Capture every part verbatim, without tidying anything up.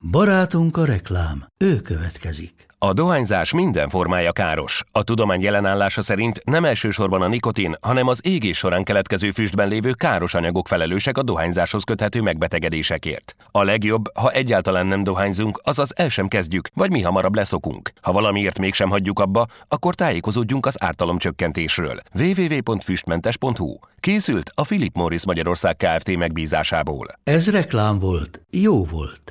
Barátunk a reklám, ő következik. A dohányzás minden formája káros. A tudomány jelenállása szerint nem elsősorban a nikotin, hanem az égés során keletkező füstben lévő káros anyagok felelősek a dohányzáshoz köthető megbetegedésekért. A legjobb, ha egyáltalán nem dohányzunk, azaz el sem kezdjük, vagy mi hamarabb leszokunk. Ha valamiért mégsem hagyjuk abba, akkor tájékozódjunk az ártalomcsökkentésről. double-u double-u double-u pont füstmentes pont hu. Készült a Philip Morris Magyarország Kft. Megbízásából. Ez reklám volt, jó volt.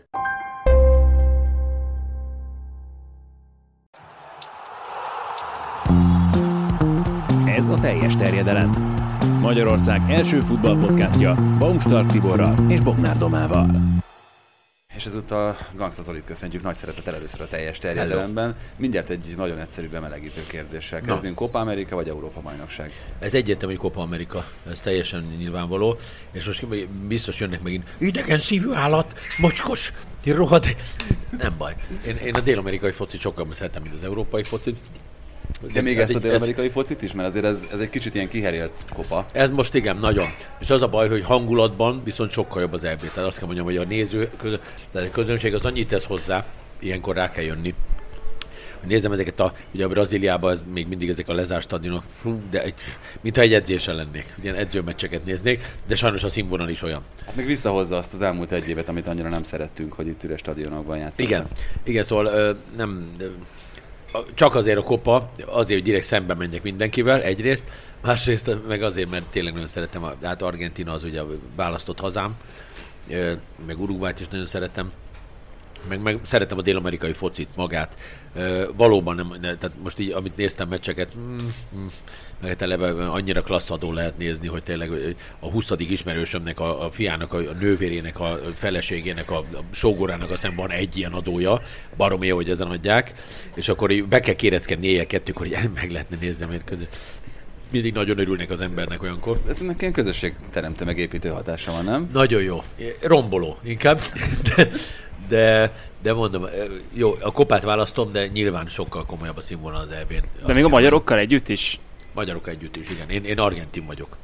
Ez a teljes terjedelem. Magyarország első futballpodcastja Baumstark Tiborral és Bognár Domával. És ezúttal Gangsta Zolit köszöntjük nagy szeretettel először a teljes terjedelemben. Hello. Mindjárt egy nagyon egyszerű bemelegítő kérdéssel. Kezdünk, Copa America vagy Európa bajnokság? Ez egyértelmű, hogy Copa America. Ez teljesen nyilvánvaló. És most biztos jönnek megint idegen szívű állat, mocskos, ti rohad. Nem baj. Én, én a dél-amerikai focit sokkal szeretem, mint az európai focit. De még ezt a dél-amerikai focit is, mert azért ez, ez egy kicsit ilyen kiherélt kopa. Ez most igen, nagyon. És az a baj, hogy hangulatban viszont sokkal jobb az é bé. Tehát azt kell mondjam, hogy a néző, tehát a közönség az annyit tesz hozzá, ilyenkor rá kell jönni. Nézem ezeket a, ugye a Brazíliában ez még mindig ezek a lezárt stadionok, de egy, mintha egy edzésen lennék, ilyen edzőmeccseket néznék, de sajnos a színvonal is olyan. Hát még visszahozza azt az elmúlt egy évet, amit annyira nem szerettünk, hogy itt üres stadionokban játszottak. Igen, igen, szóval nem... Csak azért a Copa, azért, hogy direkt szembe menjek mindenkivel, egyrészt, másrészt meg azért, mert tényleg nagyon szeretem, hát Argentína az ugye választott hazám, meg Uruguayt is nagyon szeretem, meg, meg szeretem a dél-amerikai focit magát. Valóban nem, tehát most így, amit néztem meccseket, mm, mm, meg eleve annyira klasszadó lehet nézni, hogy tényleg a huszadik ismerősömnek, a, a fiának, a, a nővérének, a feleségének, a, a sógorának a szemben van egy ilyen adója, baromi jó, hogy ezen adják, és akkor be kell kéreckedni éjjel-kettőkor, hogy meg lehetne nézni a mérkőzést. Mindig nagyon örülnek az embernek olyankor. Ez ennek ilyen közösségteremtő meg építő hatása van, nem? Nagyon jó. Romboló inkább. De, de, de mondom, jó, a kopát választom, de nyilván sokkal komolyabb a színvonal az é bén. De még a magyarokkal együtt is? Magyarokkal együtt is, igen. Én, én argentin vagyok.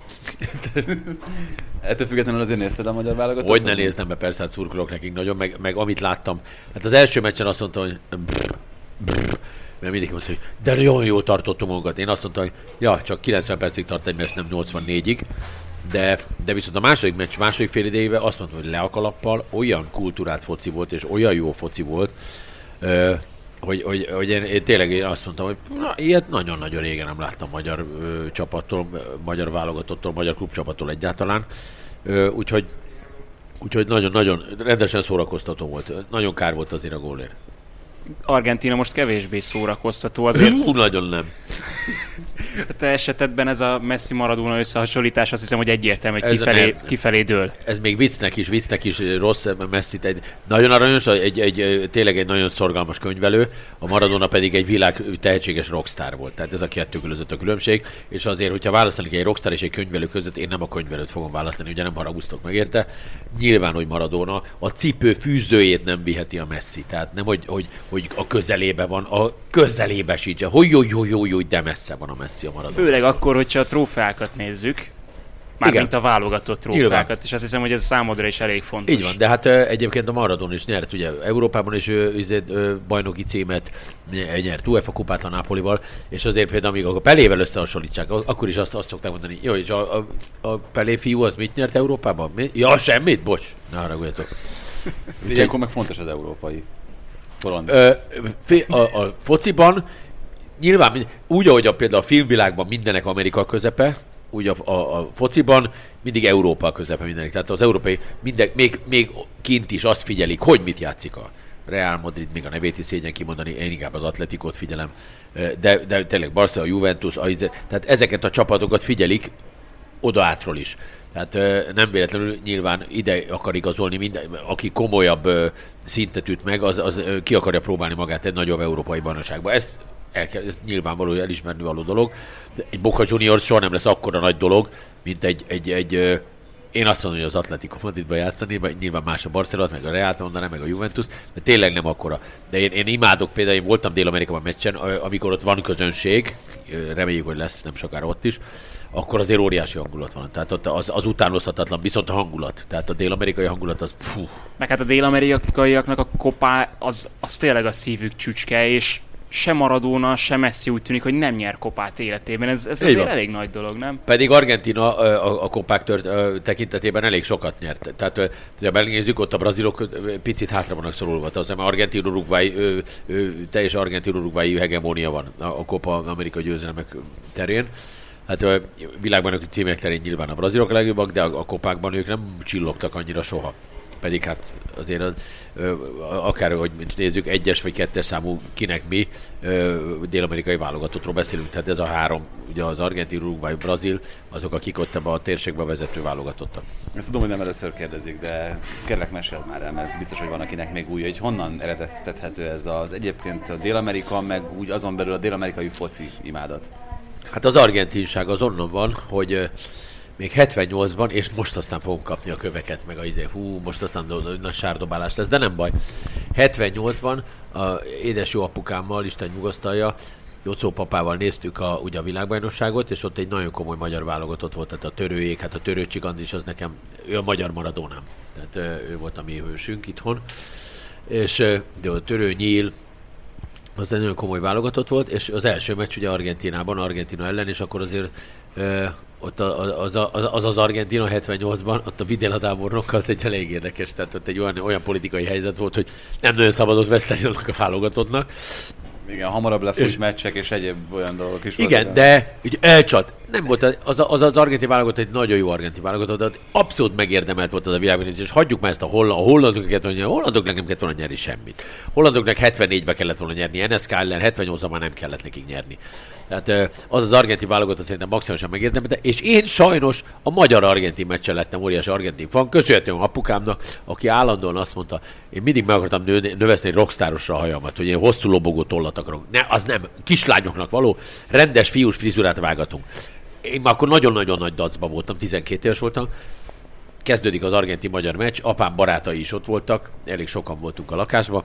Ettől függetlenül azért nézted a magyar válogatottat? Hogy ne néztem be, persze, hát szurkolok nekik nagyon, meg, meg amit láttam. Hát az első meccsen azt mondtam, hogy brr, brr, mert mindenki mondta, hogy de nagyon jól tartottam magunkat. Én azt mondtam, hogy ja, csak kilencven percig tart egy meccs, nem nyolcvannégyig. De, de viszont a második meccs, második fél idejében azt mondtam, hogy le a kalappal, olyan kultúrált foci volt, és olyan jó foci volt, ö, hogy, hogy, hogy én, én tényleg én azt mondtam, hogy na, ilyet nagyon-nagyon régen nem láttam magyar ö, csapattól, magyar válogatottól, magyar klubcsapattól egyáltalán. Ö, úgyhogy, úgyhogy nagyon-nagyon rendesen szórakoztató volt. Nagyon kár volt azért a gólért. Argentína most kevésbé szórakoztató azért. Hú, nagyon nem. A te esetedben ez a Messi-Maradona összehasonlítás, azt hiszem, hogy egyértelmű, hogy kifelé, kifelé dől. Ez még viccnek is, viccnek is rossz, Messit egy nagyon aranyos, egy, egy, tényleg egy nagyon szorgalmas könyvelő, a Maradona pedig egy világ tehetséges rockstar volt. Tehát ez a kettő között a különbség, és azért, hogyha választani egy rockstar és egy könyvelő között, én nem a könyvelőt fogom választani, ugye nem haragudtok meg érte. Nyilván, hogy Maradona a cipő fűzőjét nem viheti a Messi, tehát nem, hogy, hogy, hogy a közelébe van, a közelébe sígye, hogy jó, jó, jó, jó, de messze van a Messi a Maradona. Főleg akkor, hogyha a trófeákat nézzük, mármint a válogatott trófeákat, Nyilván. És azt hiszem, hogy ez számodra is elég fontos. Így van, de hát egyébként a Maradona is nyert, ugye Európában is ő, bajnoki címet nyert, UEFA kupát a Napolival, és azért például, amíg a Pelével összehasonlítsák, akkor is azt, azt szokták mondani, jó, és a, a, a Pelé fiú az mit nyert Európában? Mi? Ja, semmit? Bocs, ne haragudjatok. Ilyenkor meg fontos az európai. Ö, a, a fociban nyilván úgy, ahogy a, például a filmvilágban mindenek Amerika közepe, úgy a, a, a fociban mindig Európa a közepe mindenek. Tehát az európai, minden, még, még kint is azt figyelik, hogy mit játszik a Real Madrid, még a nevét is szégyen kimondani, én inkább az Atleticót figyelem, de, de tényleg Barca, a Juventus, a, tehát ezeket a csapatokat figyelik oda átról is. Tehát nem véletlenül nyilván ide akar igazolni minden, aki komolyabb szintet üt meg, az, az ki akarja próbálni magát egy nagyobb európai bajnokságba. Ez, ez nyilvánvaló, elismerni való dolog. De egy Boca Juniors soha nem lesz akkora nagy dolog, mint egy, egy, egy Én azt mondom, hogy az Atletico Madridba játszani, vagy nyilván más a Barcelona, meg a Real mondanám, meg a Juventus, de tényleg nem akkora. De én, én imádok például, én voltam Dél-Amerikában meccsen, amikor ott van közönség, reméljük, hogy lesz nem sokára ott is, akkor azért óriási hangulat van. Tehát ott az, az utánozhatatlan, viszont a hangulat. Tehát a dél-amerikai hangulat az fú. Meg hát a dél-amerikaiaknak a kopá az, az tényleg a szívük csücske, és se Maradona, se Messi úgy tűnik, hogy nem nyer kopát életében. Ez, ez azért van. Elég nagy dolog, nem? Pedig Argentina a, a, a kopák tört, a, tekintetében elég sokat nyert. Tehát, ha megnézzük, ott a brazilok picit hátra vannak szorulva. Az argentin-uruguay, teljes argentin-uruguayi hegemónia van a, a Copa Amerika győzelmek terén. Hát a világbajnoki címek terén nyilván a brazilok a legjobbak, de a, a kopákban ők nem csillogtak annyira soha. Pedig hát azért az, akár, hogy nézzük, egyes vagy kettes számú kinek mi, dél-amerikai válogatottról beszélünk, tehát ez a három, ugye az argentin, uruguay, brazil, azok, akik ott ebben a térségben vezető válogatottak. Ezt tudom, hogy nem először kérdezik, de kérlek meséld már el, mert biztos, hogy van akinek még új, hogy honnan eredeztethető ez az egyébként a Dél-Amerika, meg úgy azon belül a dél-amerikai foci imádat. Hát az argentinság az onnan van, hogy még hetvennyolcban, és most aztán fogunk kapni a köveket, meg a izé, hú, most aztán nagy sárdobálás lesz, de nem baj. hetvennyolcban a édes jó apukámmal, Isten nyugosztalja, Jocó papával néztük a, ugye a világbajnokságot, és ott egy nagyon komoly magyar válogatott volt, tehát a törőjék, hát a Törőcsik Andris az nekem, ő a magyar Maradónám, tehát ő volt a mi hősünk itthon, és de a Törő Nyíl, az egy nagyon komoly válogatott volt, és az első meccs ugye Argentinában, Argentina ellen, és akkor azért ott az az, az az Argentina hetvennyolcban, ott a Videla tábornokkal az egy elég érdekes, tehát ott egy olyan, olyan politikai helyzet volt, hogy nem nagyon szabadott veszteni annak a válogatottnak. Igen, hamarabb lefújt meccsek és egyéb olyan dolgok is igen, voltak. De ugye elcsat. Nem volt az az, az argentin válogatott egy nagyon jó argentin válogatott, de abszolút megérdemelt volt az a világbajnokság, és hagyjuk már ezt a holland, a hollandoknak, a hollandoknak nem kellett volna nyerni semmit. Hollandoknak hetvennégyben kellett volna nyerni, en es ká ellen hetvennyolcban már nem kellett nekik nyerni. Tehát az az argentin válogatott szerintem maximálisan megérdemelte, és én sajnos a magyar-argentin meccsen lettem óriási argentin fan, köszönhetően apukámnak, aki állandóan azt mondta, én mindig meg akartam nő, növeszni egy rockstárosra a hajamat, hogy én hosszú lobogó tollat akarok. Ne, az nem, kislányoknak való, rendes fiús frizurát vágatunk. Én már akkor nagyon-nagyon nagy dacban voltam, tizenkét éves voltam. Kezdődik az argentin-magyar meccs, apám barátai is ott voltak, elég sokan voltunk a lakásban.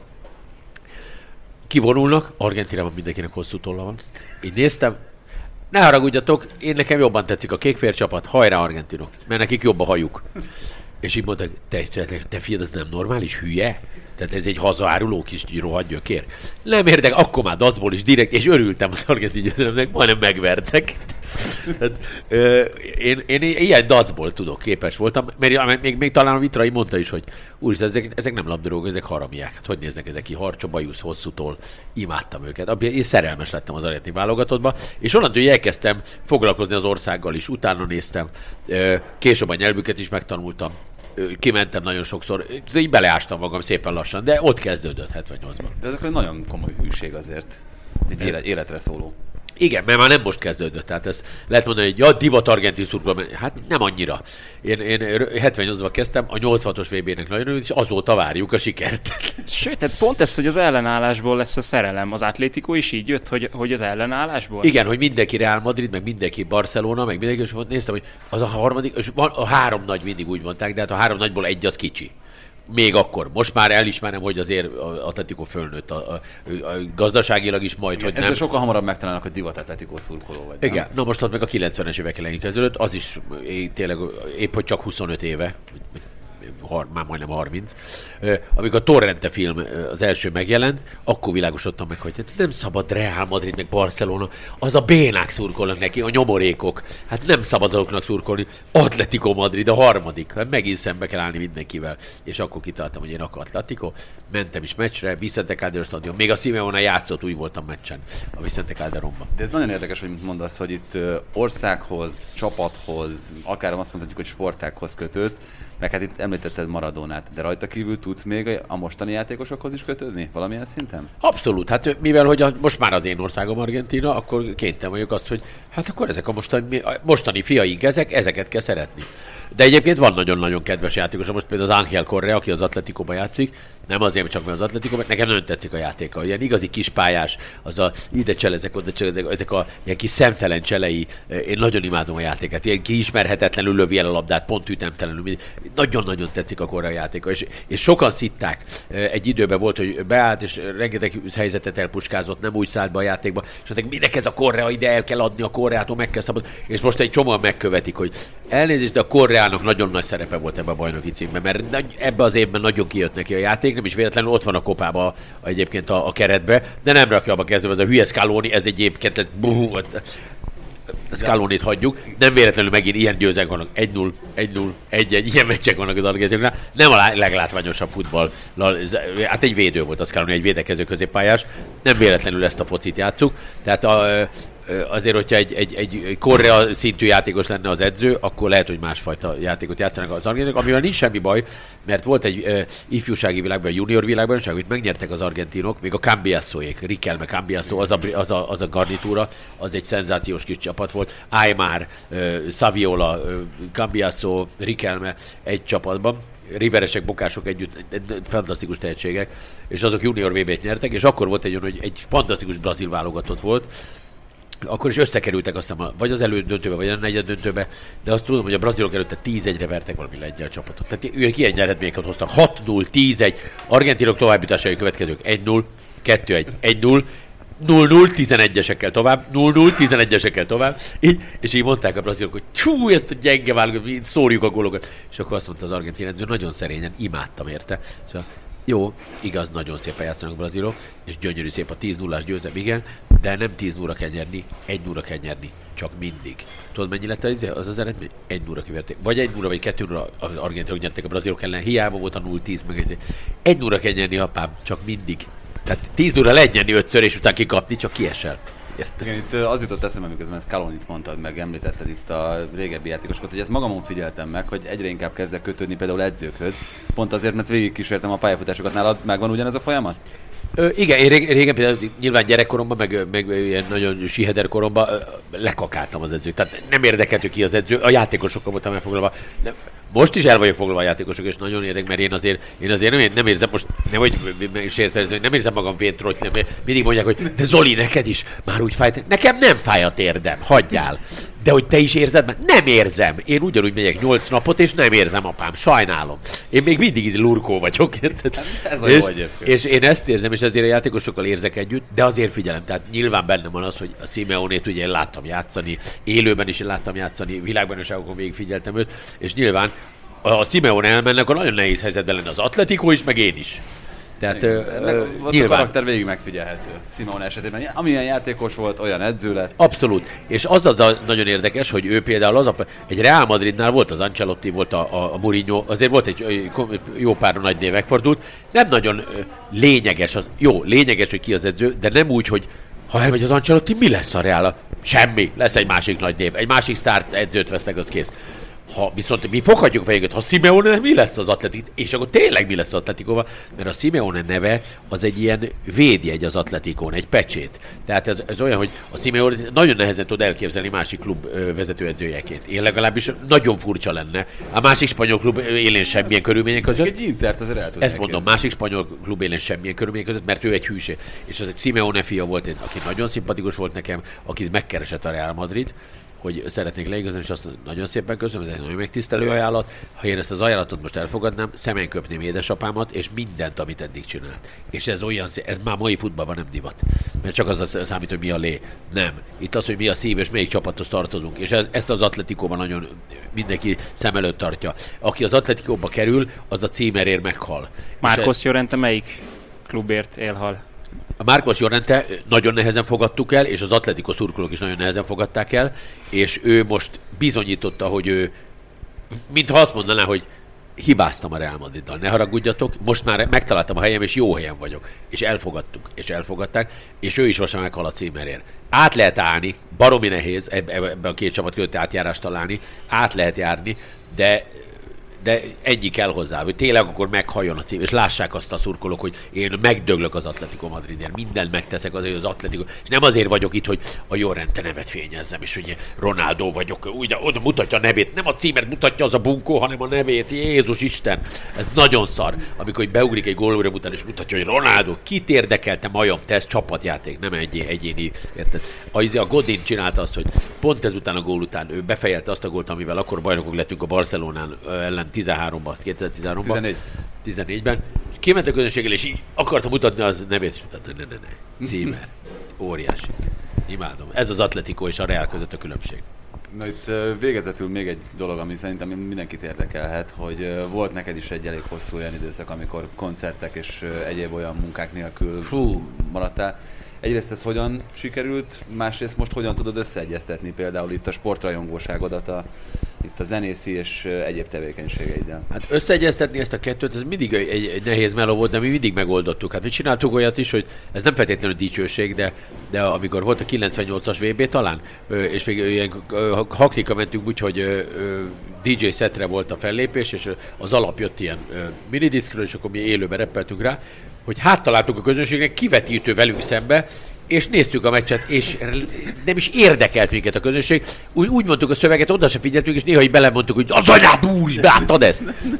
Kivonulnak, Argentinában mindenkinek hosszú tolla van. Így néztem, ne haragudjatok, én nekem jobban tetszik a kékfehér csapat, hajrá argentinok, mert nekik jobb a hajuk. És így mondták, te, te, te, te fiad, ez nem normális, hülye? Tehát ez egy hazaáruló kis rohadt gyökér. Nem érdek, akkor már dacból is direkt, és örültem az argentin győzelemnek, majdnem megvertek. Hát, ö, én, én ilyen dacból tudok, képes voltam, mert még, még talán a Vitrai mondta is, hogy úristen, ezek, ezek nem labdarúgók, ezek haramiák. Hát hogy néznek ezek ki, harcsa, bajusz, hosszútól, imádtam őket. Én szerelmes lettem az argentin válogatottba, és onnantól elkezdtem foglalkozni az országgal is, utána néztem, később a nyelvüket is megtanultam. Kimentem nagyon sokszor, így beleástam magam szépen lassan, de ott kezdődött hetvennyolcban. De ezek nagyon komoly hűség azért, egy élet, életre szóló. Igen, mert már nem most kezdődött, tehát ezt lehet mondani, hogy ja, divat argentin szurkoló, hát nem annyira. Én, én hetvennyolcban kezdtem, a nyolcvanhatos vé bének nagyon örült, és azóta várjuk a sikert. Sőt, tehát pont ez, hogy az ellenállásból lesz a szerelem. Az Atlético is így jött, hogy, hogy az ellenállásból? Igen, hogy mindenki Real Madrid, meg mindenki Barcelona, meg mindenki, és néztem, hogy az a harmadik, és van, a három nagy mindig úgy mondták, de hát a három nagyból egy az kicsi. Még akkor. Most már elismerem, hogy azért az Atletico fölnőtt a, a, a gazdaságilag is majd, igen, hogy nem. Ezzel sokkal hamarabb megtalálnak, hogy divat Atletico szurkoló vagy. Igen, na most ott meg a kilencvenes évek elején kezdődött, az is tényleg épp, hogy csak huszonöt éve, már majdnem harminc, amikor a Torrente film az első megjelent, akkor világosodtam meg, hogy nem szabad Real Madrid meg Barcelona, az a bénák szurkolnak neki, a nyomorékok, hát nem szabad azoknak szurkolni, Atletico Madrid a harmadik, hát megint szembe kell állni mindenkivel, és akkor kitaláltam, hogy én akkor Atletico, mentem is meccsre, Vicente Calderón stadion, még a Simeone játszott, úgy voltam meccsen a Vicente Calderónban. De ez nagyon érdekes, hogy mondasz, hogy itt országhoz, csapathoz, akár azt mondhatjuk, hogy sportághoz kötődsz, meg hát itt említetted Maradónát, de rajta kívül tudsz még a mostani játékosokhoz is kötődni? Valamilyen szinten? Abszolút, hát mivel hogy a, most már az én országom Argentina, akkor kénytelen vagyok azt, hogy hát akkor ezek a mostani, a mostani fiaink, ezek, ezeket kell szeretni. De egyébként van nagyon-nagyon kedves játékos. Most például az Ángel Correa, aki az Atleticóban játszik, nem azért csak mert az Atleticóban, nekem nagyon tetszik a játéka. Ilyen igazi kispályás, az a ide cselezek, oda cselezek, ezek a ilyen kis szemtelen cselei, én nagyon imádom a játékát. Ilyen kiismerhetetlenül lövi el a labdát, pont ütemtelenül. Nagyon-nagyon tetszik a Correa játéka. És, és sokan szitták. Egy időben volt, hogy beállt, és rengeteg helyzetet elpuskázott, nem úgy szállt be a játékba. És mondták, minek ez a Correa, ide el kell adni a Correától, meg kell szabad. És most egy csomóan megkövetik, hogy elnézést, de a Correának nagyon nagy szerepe volt ebben a bajnoki címben, mert ebben az évben nagyon kijött neki a játék, nem is véletlenül ott van a kopában egyébként a, a keretbe, de nem rakja abba kezdve, ez a hülye Scaloni, ez egyébként, ez buh, a Scalonit hagyjuk, nem véletlenül megint ilyen győzelmek vannak, egy null, egy null, egy egy, ilyen meccsek vannak az argentinoknál, nem a leglátványosabb futball, hát egy védő volt a Scaloni, egy védekező középpályás, nem véletlenül ezt a focit játsszuk, tehát a, azért, hogyha egy, egy, egy Correa szintű játékos lenne az edző, akkor lehet, hogy másfajta játékot játszanak az argentinok, amivel nincs semmi baj, mert volt egy uh, ifjúsági világban, junior világban, amit megnyertek az argentinok, még a Cambiasoék, Riquelme, Cambiaso, az a, az, a, az a garnitúra, az egy szenzációs kis csapat volt. Aymar, uh, Saviola, uh, Cambiaso, Riquelme egy csapatban. Riveresek, bokások együtt, fantasztikus tehetségek, és azok junior vé bét nyertek, és akkor volt egy olyan, hogy egy fantasztikus brazil válogatott volt, akkor is összekerültek azt hiszem, vagy az elődöntőbe, vagy a negyed döntőbe, de azt tudom, hogy a brazilok előtte tíz egyre vertek valami lengyel csapatot. Tehát ők ilyen eredményeket hoztak. hat null, tíz egy, argentinok továbbjutásai következők egy null, kettő egy, egy null, null null, tizenegyesekkel tovább, null null, tizenegyesekkel tovább, így, és így mondták a brazilok, hogy tyú, ezt a gyenge válogatot, szórjuk a gólokat. És akkor azt mondta az argentin edző, nagyon szerényen, imádtam érte. Szóval jó, igaz, nagyon szépen játszanak a brazilok, és gyönyörű szép a tíz nullás győzelem, igen, de nem tíz nullra kell nyerni, egy nullra kell nyerni, csak mindig. Tudod, mennyi lett az az, az eredmény? egy nullra kiverték. Vagy egy nullra, vagy kettő nullra az argentinok nyertek a brazilok ellen, hiába volt a null tíz, meg ezért. egy nullra kell nyerni, apám, csak mindig. Tehát tíz nullra lehet nyerni ötször, és utána kikapni, csak kiesel. Értem. Igen, itt az jutott eszembe, miközben Scalonit mondtad meg, említetted itt a régebbi játékosokat, hogy ezt magamon figyeltem meg, hogy egyre inkább kezdek kötődni például edzőkhöz. Pont azért, mert végigkísértem a pályafutásokat. Nálad megvan ugyanez a folyamat? Ö, igen, én régen, régen például nyilván gyerekkoromban, meg, meg ilyen nagyon síheder koromban ö, lekakáltam az edzőt. Tehát nem érdekelt, ki az edző, a játékosokkal voltam elfoglalva. Nem, most is el vagyok foglalva a játékosok, és nagyon érdek, mert én azért, én azért nem, nem érzem, most nem, hogy sérteni, nem érzem magam véntrottyli, mindig mondják, hogy de Zoli, neked is már úgy fáj. Nekem nem fáj a térdem, hagyjál. De hogy te is érzed, mert nem érzem. Én ugyanúgy megyek nyolc napot, és nem érzem, apám. Sajnálom. Én még mindig így lurkó vagyok, érted? Ez a és, jó egyébként. És én ezt érzem, és ezért a játékosokkal érzek együtt, de azért figyelem. Tehát nyilván bennem van az, hogy a Simeonét ugye én láttam játszani, élőben is én láttam játszani, világbajnokságokon végig figyeltem őt, és nyilván a Simeone elmennek, akkor nagyon nehéz helyzetben lenne az Atletico is, meg én is. Tehát ö, ö, nyilván. A karakter végig megfigyelhető Simeone esetében. Amilyen játékos volt, olyan edző lett. Abszolút. És az az a nagyon érdekes, hogy ő például az a, egy Real Madridnál volt az Ancelotti, volt a, a, a Mourinho, azért volt egy jó pár nagy név megfordult. Nem nagyon ö, lényeges, az, jó, lényeges, hogy ki az edző, de nem úgy, hogy ha elmegy az Ancelotti, mi lesz a Real? Semmi. Lesz egy másik nagy név. Egy másik sztárt edzőt vesznek, az kész. Ha viszont mi foghatjuk a fejünket, ha Simeone, mi lesz az Atletik? És akkor tényleg mi lesz az Atletikóval? Mert a Simeone neve az egy ilyen védjegy az Atletikón, egy pecsét. Tehát ez, ez olyan, hogy a Simeone nagyon nehezen tud elképzelni másik klub vezetőedzőjeként. Én legalábbis nagyon furcsa lenne. A másik spanyol klub élén semmilyen körülmények között. Egy Intert azért el tud Ezt mondom, másik spanyol klub élén semmilyen körülmények között, mert ő egy hűség. És az egy Simeone fia volt, aki nagyon szimpatikus volt nekem, akit megkeresett a Real Madrid, hogy szeretnék leigazolni, és azt mondom, nagyon szépen köszönöm, ez egy nagyon megtisztelő ajánlat. Ha én ezt az ajánlatot most elfogadnám, szemen köpném édesapámat, és mindent, amit eddig csinált. És ez olyan, ez már mai futballban nem divat. Mert csak az a számít, hogy mi a lé. Nem. Itt az, hogy mi a szív, és melyik csapathoz tartozunk. És ez, ezt az Atletikóban nagyon mindenki szem előtt tartja. Aki az Atletikóba kerül, az a címerért meghal. Marcos Llorente melyik klubért élhal? A Marcos Llorente nagyon nehezen fogadtuk el, és az Atletico szurkolók is nagyon nehezen fogadták el, és ő most bizonyította, hogy ő, mintha azt mondaná, hogy hibáztam a Real Madriddal, ne haragudjatok, most már megtaláltam a helyem, és jó helyen vagyok. És elfogadtuk, és elfogadták, és ő is lassan meghal a címerért. Át lehet állni, baromi nehéz ebbe a két csapat közötti átjárást találni, át lehet járni, de de ennyi kell hozzá, hogy tényleg akkor meghalljon a cím, és lássák azt a szurkolók, hogy én megdöglök az Atletico Madridért, mindent megteszek azért, hogy az Atletico, és nem azért vagyok itt, hogy a Llorente nevet fényezzem, és hogy Ronaldo vagyok, úgy, oda mutatja a nevét, nem a címet mutatja az a bunkó, hanem a nevét, Jézus Isten, ez nagyon szar, amikor beugrik egy gólóra után, és mutatja, hogy Ronaldo, kit érdekelte majom, te ez csapatjáték, nem egy egyéni, érted? A, a Godin csinálta azt, hogy pont ezután a gól után ő befejelte azt a gólt, amivel akkor bajnokok lettünk a Barcelonán ellen tizenháromban, kétezer-tizenháromban, tizennégy. tizennégyben. Kiment a közönséggel, és így akarta mutatni az nevét, és mondta, ne, ne, ne, ne, Címer, óriási. Imádom. Ez az Atletico és a Real között a különbség. Na itt végezetül még egy dolog, ami szerintem mindenkit érdekelhet, hogy volt neked is egy elég hosszú olyan időszak, amikor koncertek és egyéb olyan munkák nélkül Fú. maradtál. Egyrészt ez hogyan sikerült, másrészt most hogyan tudod összeegyeztetni például itt a sportrajongóságodat, a, itt a zenészi és egyéb tevékenységeiddel? Hát összeegyeztetni ezt a kettőt, ez mindig egy, egy nehéz meló volt, de mi mindig megoldottuk. Hát mi csináltuk olyat is, hogy ez nem feltétlenül dicsőség, de, de amikor volt a kilencvennyolcas vé bé talán, és még ilyen haknika mentünk úgy, hogy dé dzsé szetre volt a fellépés, és az alap jött ilyen minidiszkről, és akkor mi élőben reppeltünk rá, hogy háttaláltuk a közönségnek, kivetítő velünk szembe, és néztük a meccset, és nem is érdekelt minket a közönség. Úgy, úgy mondtuk a szöveget, oda se figyeltünk, és néha így belemondtuk, hogy az anyád úr is beálltad ezt.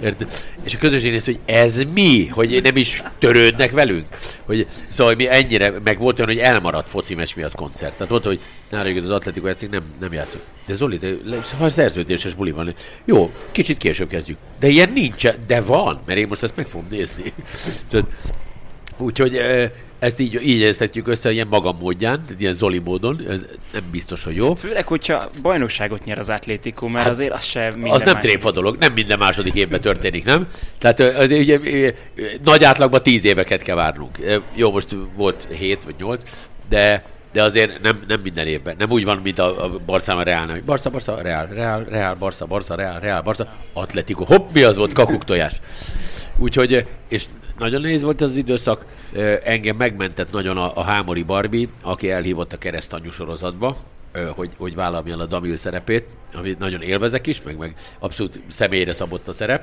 És a közönség nézte, hogy ez mi? Hogy nem is törődnek velünk? Hogy, szóval mi ennyire, meg volt olyan, hogy elmaradt foci meccs miatt koncert. Tehát volt, hogy nála az Atletico játszik, nem, nem játszunk. De Zoli, de, ha szerződéses buli van, jó, kicsit később kezdjük. De ilyen nincs, de van, mert én most ezt meg fogom nézni. Szóval, úgyhogy ezt így, így egyeztetjük össze ilyen magam módján, ilyen Zoli módon, ez nem biztos, hogy jó. Főleg, hogyha bajnokságot nyer az Atlético, mert hát azért az sem minden az nem tréfa dolog, nem minden második évben történik, nem? Tehát azért ugye nagy átlagban tíz éveket kell várnunk. Jó, most volt hét vagy nyolc, de de azért nem, nem minden évben. Nem úgy van, mint a, a Barszában a Reálnál, hogy Barca, Barca, Reál, Reál, Reál, Barca, Barca, Reál, Reál, Barca, Atletico. Hopp, mi az volt? Kakuktojás. Úgyhogy, és nagyon nehéz volt az időszak. Engem megmentett nagyon a, a Hámori Barbie, aki elhívott a Keresztanyu sorozatba, hogy, hogy vállalom el a Damil szerepét, amit nagyon élvezek is, meg, meg abszolút személyre szabott a szerep.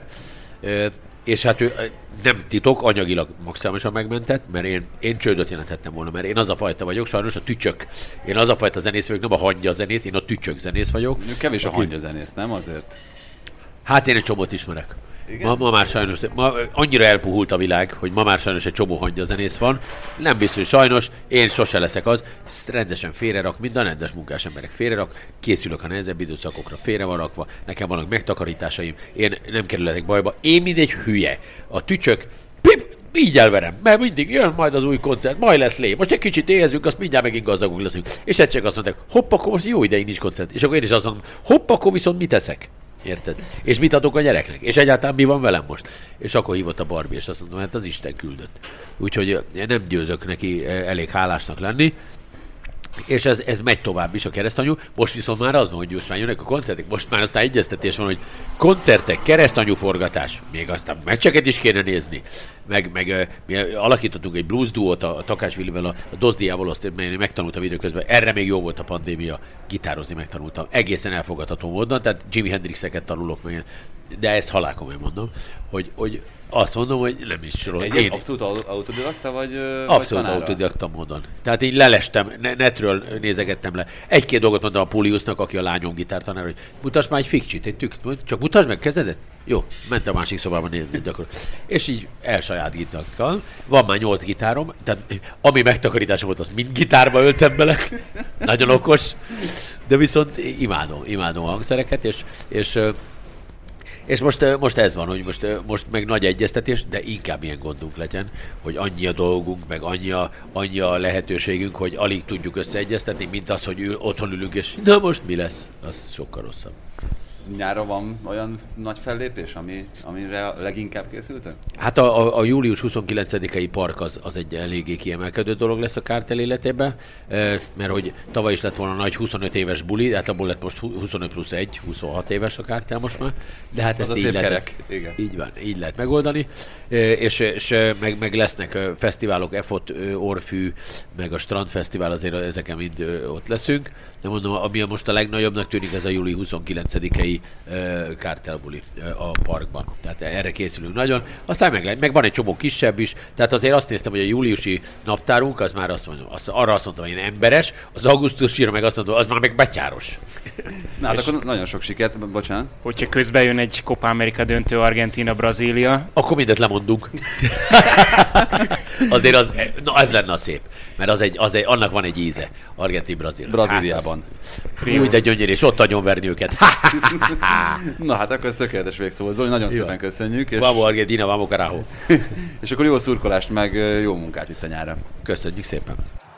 És hát ő nem titok, anyagilag maximálisan megmentett, mert én, én csődöt jelenthettem volna, mert én az a fajta vagyok, sajnos a tücsök. Én az a fajta zenész vagyok, nem a hangya zenész, én a tücsök zenész vagyok. Kevés a hangya zenész, nem azért? Hát én egy csomót ismerek. Ma, ma már sajnos, ma annyira elpuhult a világ, hogy ma már sajnos egy csomó hangya zenész van. Nem biztos, sajnos, én sose leszek az. Ezt rendesen félrerak, minden rendes munkás emberek félrerak, készülök a nehezebb időszakokra, félre van rakva, nekem vannak megtakarításaim, én nem kerülhetek bajba. Én mindegy hülye. A tücsök, pip, így elverem, mert mindig jön majd az új koncert, majd lesz lé. Most egy kicsit éhezzünk, azt mindjárt megint gazdagok leszünk. És egyszer azt mondták, hopp, akkor most jó ideig nincs koncert. És akkor én is azt mondom, hopp, akkor viszont mit teszek? Érted? És mit adok a gyereknek? És egyáltalán mi van velem most? És akkor hívott a Barbie, és azt mondom, hát az Isten küldött. Úgyhogy nem győzök neki elég hálásnak lenni. És ez, ez megy tovább is a Keresztanyu. Most viszont már az van, hogy most már jönnek a koncertek. Most már aztán egyeztetés van, hogy koncertek, Keresztanyu forgatás. Még aztán meccseket is kéne nézni. Meg, meg mi alakítottunk egy blues duót a, a Takás Willivel, a, a Dozdiával, azt én megtanultam időközben. Erre még jó volt a pandémia. Gitározni megtanultam. Egészen elfogadható módon. Tehát Jimi Hendrixeket tanulok meg. De ezt halálkomolyan mondom, hogy, hogy azt mondom, hogy nem is rossz. Egy én... abszolút autodidakta vagy Abszolút vagy autodidakta módon. Tehát így lelestem, netről nézegettem le. Egy-két dolgot mondtam a Puliusnak, aki a lányom gitártanár, hogy mutass már egy fikcsit, egy tük, csak mutasd meg kezedet. Jó, ment a másik szobában nézni gyakor. És így elsajátítottam. Van már nyolc gitárom, tehát ami megtakarítása volt, azt mind gitárba öltem bele. Nagyon okos. De viszont imádom, imádom a hangszereket, és, és És most, most ez van, hogy most, most meg nagy egyeztetés, de inkább ilyen gondunk legyen, hogy annyi a dolgunk, meg annyi a, annyi a lehetőségünk, hogy alig tudjuk összeegyeztetni, mint az, hogy ül, otthon ülünk, és na most mi lesz? Az sokkal rosszabb. Nyáron van olyan nagy fellépés, ami, amire leginkább készültek? Hát a, a, a július huszonkilencedikei park az, az egy eléggé kiemelkedő dolog lesz a Kártel életében, mert hogy tavaly is lett volna nagy huszonöt éves buli, hát abból lett most huszonöt plusz egy, huszonhat éves a Kártel most már, de hát az ezt így lehet, így van, így lehet megoldani, és, és meg, meg lesznek fesztiválok, Efot, Orfű, meg a Strandfesztivál, azért ezeken mind ott leszünk, de mondom, ami most a legnagyobbnak tűnik, ez a július huszonkilencedikei argentinai uh, kártelbuli uh, a parkban. Tehát erre készülünk nagyon. Aztán meg, meg van egy csomó kisebb is, tehát azért azt néztem, hogy a júliusi naptárunk, az már azt mondom, azt, arra azt mondtam, hogy én emberes, az augusztusira meg azt mondom, az már meg betyáros. Na hát akkor nagyon sok sikert, bocsánat. Hogyha közben jön egy Copa America döntő Argentína-Brazília, akkor mindent lemondunk. Azért az, na ez lenne a szép, mert az egy, az egy, annak van egy íze, Argentin-Brazília. Brazíliában. Hát úgy, de gyönyörű, és ott agyonverni őket. Na hát akkor ez tökéletes végszó. Zoli, nagyon jó. Szépen köszönjük. És... Vamos Argentina, vamos carajo. És akkor jó szurkolást, meg jó munkát itt a nyára. Köszönjük szépen.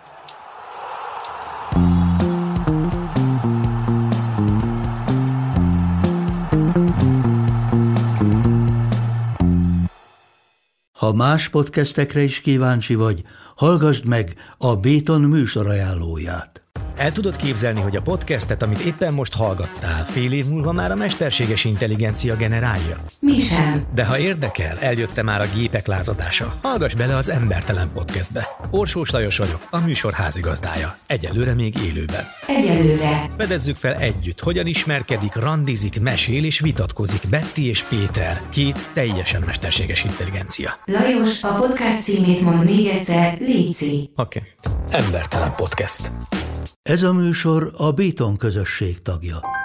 Ha más podcastekre is kíváncsi vagy, hallgassd meg a Béton műsor ajánlóját. El tudod képzelni, hogy a podcastet, amit éppen most hallgattál, fél év múlva már a mesterséges intelligencia generálja? Mi sem. De ha érdekel, eljött már a gépek lázadása. Hallgass bele az Embertelen podcastbe. Orsós Lajos vagyok, a műsor házigazdája. Egyelőre még élőben. Egyelőre. Fedezzük fel együtt, hogyan ismerkedik, randizik, mesél és vitatkozik Betty és Péter, két teljesen mesterséges intelligencia. Lajos, a podcast címét mond még egyszer, léci. Oké. Okay. Embertelen podcast. Ez a műsor a Béton közösség tagja.